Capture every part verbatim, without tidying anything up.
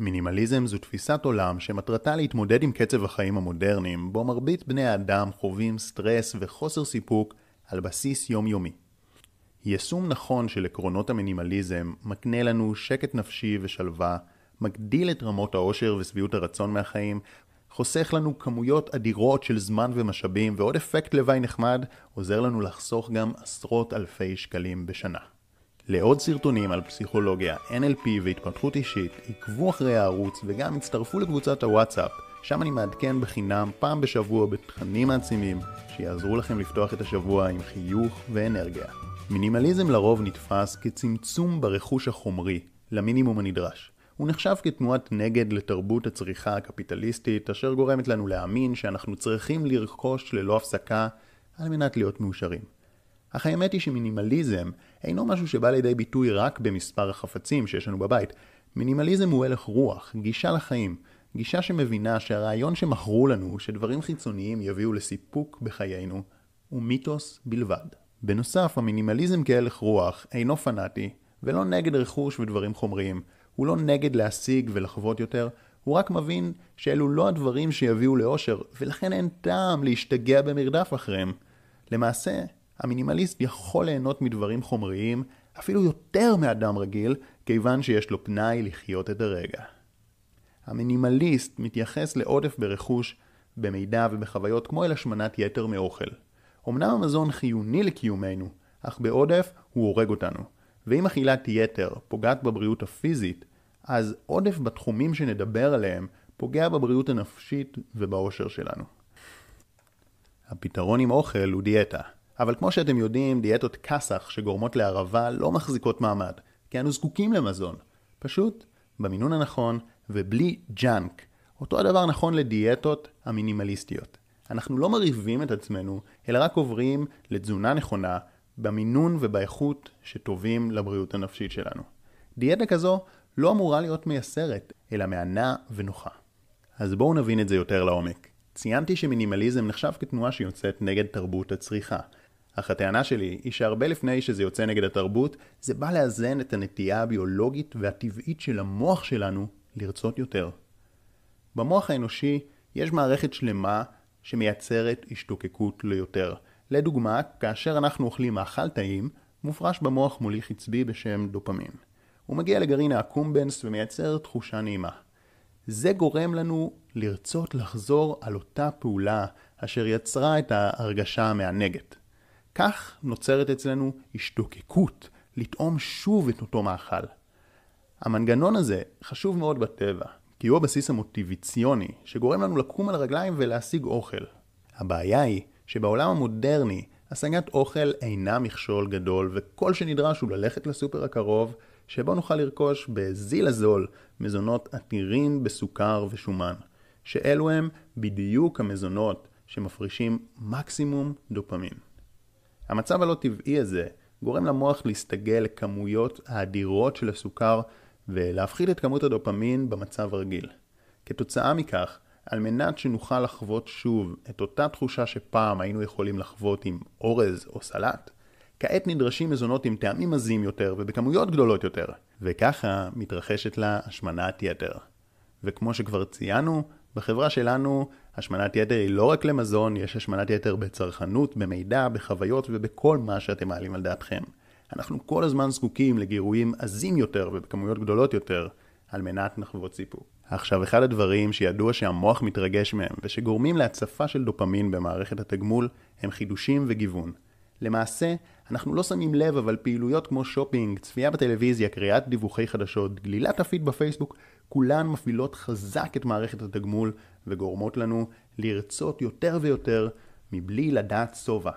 מינימליזם זו תפיסת עולם שמטרתה להתמודד עם קצב החיים המודרניים, בו מרבית בני האדם חווים סטרס וחוסר סיפוק על בסיס יומיומי. יישום נכון של עקרונות המינימליזם מקנה לנו שקט נפשי ושלווה, מגדיל את רמות האושר ושביעות הרצון מהחיים, חוסך לנו כמויות אדירות של זמן ומשאבים, ועוד אפקט לוואי נחמד עוזר לנו לחסוך גם עשרות אלפי שקלים בשנה. לעוד סרטונים על פסיכולוגיה, אן אל פי והתפתחות אישית, עקבו אחרי הערוץ וגם הצטרפו לקבוצת הוואטסאפ, שם אני מעדכן בחינם פעם בשבוע בתכנים מעצימים שיעזרו לכם לפתוח את השבוע עם חיוך ואנרגיה. מינימליזם לרוב נתפס כצמצום ברכוש החומרי למינימום הנדרש. הוא נחשב כתנועת נגד לתרבות הצריכה הקפיטליסטית, אשר גורמת לנו להאמין שאנחנו צריכים לרכוש ללא הפסקה על מנת להיות מאושרים. אך האמת היא שמינימליזם אינו משהו שבא לידי ביטוי רק במספר החפצים שיש לנו בבית. מינימליזם הוא הלך רוח, גישה לחיים, גישה שמבינה שהרעיון שמכרו לנו שדברים חיצוניים יביאו לסיפוק בחיינו הוא מיתוס בלבד. בנוסף, המינימליזם כהלך רוח אינו פנאטי ולא נגד רכוש ודברים חומריים. הוא לא נגד להשיג ולחוות יותר, הוא רק מבין שאלו לא הדברים שיביאו לאושר, ולכן אין טעם להשתגע במרדף אחריהם. למעשה, המינימליסט יכול ליהנות מדברים חומריים אפילו יותר מאדם רגיל, כיוון שיש לו פנאי לחיות את הרגע. המינימליסט מתייחס לעודף ברכוש, במידע ובחוויות כמו אל השמנת יתר מאוכל. אמנם המזון חיוני לקיומנו, אך בעודף הוא הורג אותנו. ואם אכילת יתר פוגעת בבריאות הפיזית, אז עודף בתחומים שנדבר עליהם פוגע בבריאות הנפשית ובאושר שלנו. הפתרון עם אוכל הוא דיאטה. אבל כמו שאתם יודעים, דיאטות כסח שגורמות להרעבה לא מחזיקות מעמד, כי אנו זקוקים למזון. פשוט במינון הנכון ובלי ג'אנק. אותו הדבר נכון לדיאטות המינימליסטיות. אנחנו לא מריבים את עצמנו, אלא רק עוברים לתזונה נכונה, במינון ובאיכות שטובים לבריאות הנפשית שלנו. דיאטה כזו לא אמורה להיות מייסרת, אלא מענה ונוחה. אז בואו נבין את זה יותר לעומק. ציינתי שמינימליזם נחשב כתנועה שיוצאת נגד תרבות הצריכה. אך הטענה שלי היא שהרבה לפני שזה יוצא נגד התרבות, זה בא לאזן את הנטייה הביולוגית והטבעית של המוח שלנו לרצות יותר. במוח האנושי יש מערכת שלמה שמייצרת השתוקקות ליותר. לדוגמה, כאשר אנחנו אוכלים מאכל טעים, מופרש במוח מוליך עצבי בשם דופמין. הוא מגיע לגרעין האקומבנס ומייצר תחושה נעימה. זה גורם לנו לרצות לחזור על אותה פעולה אשר יצרה את ההרגשה המענגת. כך נוצרת אצלנו השתוקקות לטעום שוב את אותו מאכל. המנגנון הזה חשוב מאוד בטבע, כי הוא הבסיס המוטיביציוני שגורם לנו לקום על הרגליים ולהשיג אוכל. הבעיה היא שבעולם המודרני השגת אוכל אינה מכשול גדול, וכל שנדרש הוא ללכת לסופר הקרוב שבו נוכל לרכוש בזיל הזול מזונות עתירים בסוכר ושומן, שאלו הם בדיוק המזונות שמפרישים מקסימום דופמין. המצב הלא טבעי הזה גורם למוח להסתגל לכמויות האדירות של הסוכר ולהפחית את כמות הדופמין במצב הרגיל. כתוצאה מכך, על מנת שנוכל לחוות שוב את אותה תחושה שפעם היינו יכולים לחוות עם אורז או סלט, כעת נדרשים מזונות עם טעמים עזים יותר ובכמויות גדולות יותר, וככה מתרחשת לה השמנת יתר. וכמו שכבר ציינו, בחברה שלנו השמנת יתר היא לא רק למזון, יש השמנת יתר בצרכנות, במידע, בחוויות ובכל מה שאתם מעלים על דעתכם. אנחנו כל הזמן זקוקים לגירויים עזים יותר ובכמויות גדולות יותר, על מנת לחוות סיפוק. עכשיו, אחד הדברים שידוע שהמוח מתרגש מהם ושגורמים להצפה של דופמין במערכת התגמול הם חידושים וגיוון. למעשה, אנחנו לא שמים לב, אבל פעילויות כמו שופינג, צפייה בטלוויזיה, קריאת דיווחי חדשות, גלילת הפיד בפייסבוק, כולן מפעילות חזק את מערכת התגמול וגורמות לנו לרצות יותר ויותר מבלי לדעת סובה.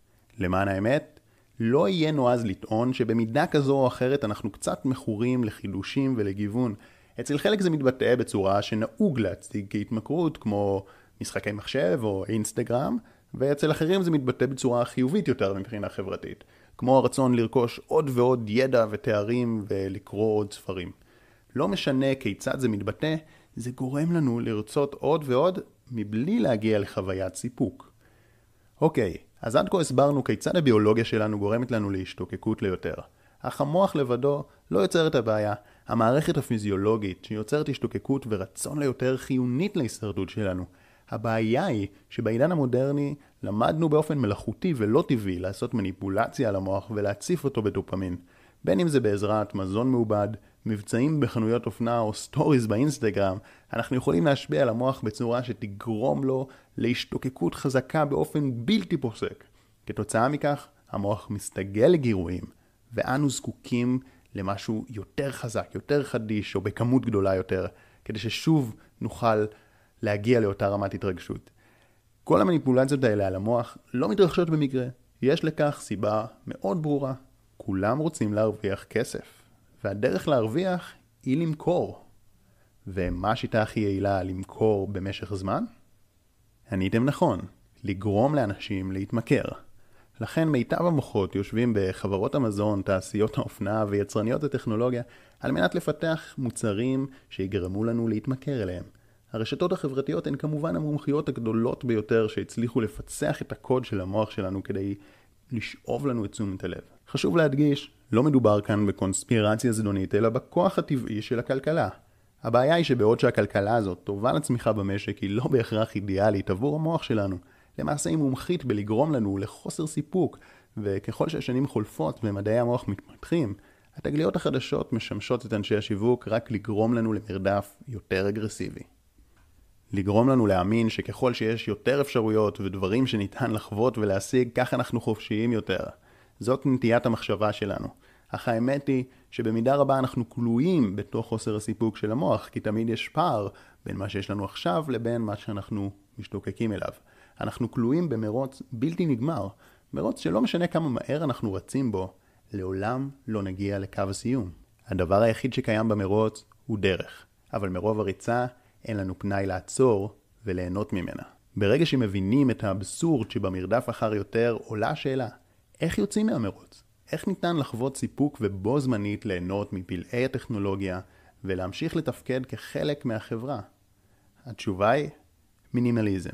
למען האמת, לא יהיה נועז לטעון שבמידה כזו או אחרת אנחנו קצת מכורים לחידושים ולגיוון. אצל חלק זה מתבטא בצורה שנהוג להציג כהתמכרות, כמו משחקי מחשב או אינסטגרם, ואצל אחרים זה מתבטא בצורה חיובית יותר מבחינה חברתית, כמו הרצון לרכוש עוד ועוד ידע ותארים ולקרוא עוד ספרים. לא משנה כיצד זה מתבטא, זה גורם לנו לרצות עוד ועוד מבלי להגיע לחוויית סיפוק. אוקיי, אז עד כה הסברנו כיצד הביולוגיה שלנו גורמת לנו להשתוקקות ליותר. אך המוח לבדו לא יוצר את הבעיה. המערכת הפיזיולוגית שיוצרת השתוקקות ורצון ליותר חיונית להישרדות שלנו. הבעיה היא שבעידן המודרני למדנו באופן מלאכותי ולא טבעי לעשות מניפולציה על המוח ולהציף אותו בדופמין. בין אם זה בעזרת מזון מעובד, מבצעים בחנויות אופנה או סטוריז באינסטגרם, אנחנו יכולים להשפיע על המוח בצורה שתגרום לו להשתוקקות חזקה באופן בלתי פוסק. כתוצאה מכך, המוח מסתגל לגירויים, ואנו זקוקים למשהו יותר חזק, יותר חדיש או בכמות גדולה יותר, כדי ששוב נוכל להגיע לאותה רמת התרגשות. כל המניפולציות האלה על המוח לא מתרחשות במקרה. יש לכך סיבה מאוד ברורה. כולם רוצים להרוויח כסף, והדרך להרוויח היא למכור. ומה השיטה הכי יעילה למכור במשך זמן? עניתם נכון, לגרום לאנשים להתמכר. לכן מיטב המוחות יושבים בחברות המזון, תעשיות האופנה ויצרניות הטכנולוגיה על מנת לפתח מוצרים שיגרמו לנו להתמכר אליהם. הרשתות החברתיות הן כמובן המומחיות הגדולות ביותר שהצליחו לפצח את הקוד של המוח שלנו כדי לשאוב לנו את תשומת הלב. חשוב להדגיש, לא מדובר כאן בקונספירציה זדונית, אלא בכוח הטבעי של הכלכלה. הבעיה היא שבעוד שהכלכלה הזאת טובה לצמיחה במשק, היא לא בהכרח אידיאלית עבור המוח שלנו. למעשה היא מומחית בלגרום לנו לחוסר סיפוק, וככל שהשנים חולפות ומדעי המוח מתפתחים, התגליות החדשות משמשות את אנשי השיווק רק לגרום לנו למרדף יותר אגרסיבי. לגרום לנו להאמין שככל שיש יותר אפשרויות ודברים שניתן לחוות ולהשיג, כך אנחנו חופשיים יותר. זאת נטיית המחשבה שלנו. אך האמת היא שבמידה רבה אנחנו כלואים בתוך חוסר הסיפוק של המוח, כי תמיד יש פער בין מה שיש לנו עכשיו לבין מה שאנחנו משתוקקים אליו. אנחנו כלואים במרוץ בלתי נגמר, מרוץ שלא משנה כמה מהר אנחנו רצים בו, לעולם לא נגיע לקו הסיום. הדבר היחיד שקיים במרוץ הוא דרך, אבל מרוב הריצה אין לנו פנאי לעצור וליהנות ממנה. ברגע שמבינים את האבסורד שבמרדף אחר יותר, עולה השאלה, איך יוצאים מהמרוץ? איך ניתן לחוות סיפוק ובו זמנית ליהנות מפלאי הטכנולוגיה ולהמשיך לתפקד כחלק מהחברה? התשובה היא מינימליזם.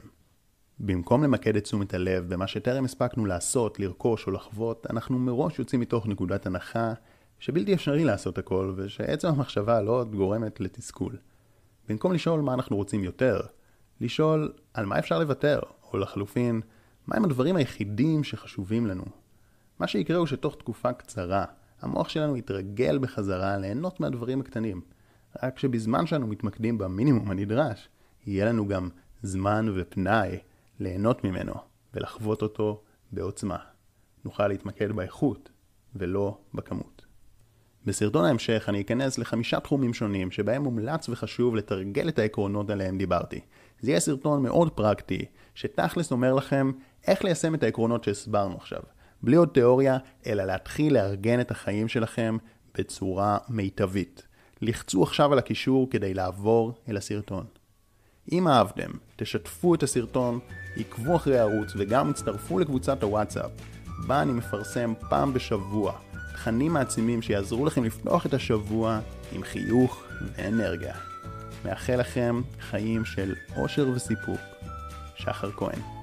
במקום למקד את תשומת הלב במה שטרם הספקנו לעשות, לרכוש או לחוות, אנחנו מראש יוצאים מתוך נקודת הנחה שבלתי אפשרי לעשות הכל ושעצם המחשבה לא גורמת לתסכול. במקום לשאול מה אנחנו רוצים יותר, לשאול על מה אפשר לוותר, או לחלופין, מהם הדברים היחידים שחשובים לנו. מה שיקרה הוא שתוך תקופה קצרה, המוח שלנו יתרגל בחזרה ליהנות מהדברים הקטנים. רק שבזמן שאנו מתמקדים במינימום הנדרש, יהיה לנו גם זמן ופנאי ליהנות ממנו ולחוות אותו בעוצמה. נוכל להתמקד באיכות ולא בכמות. בסרטון ההמשך אני אכנס לחמישה תחומים שונים שבהם מומלץ וחשוב לתרגל את העקרונות עליהם דיברתי. זה יהיה סרטון מאוד פרקטי, שתכלס אומר לכם איך ליישם את העקרונות שהסברנו עכשיו. בלי עוד תיאוריה, אלא להתחיל לארגן את החיים שלכם בצורה מיטבית. לחצו עכשיו על הקישור כדי לעבור אל הסרטון. אם אהבתם, תשתפו את הסרטון, עקבו אחרי הערוץ וגם הצטרפו לקבוצת הוואטסאפ, בה אני מפרסם פעם בשבוע תכנים מעצימים שיעזרו לכם לפתוח את השבוע עם חיוך ואנרגיה. מאחל לכם חיים של אושר וסיפוק. שחר כהן.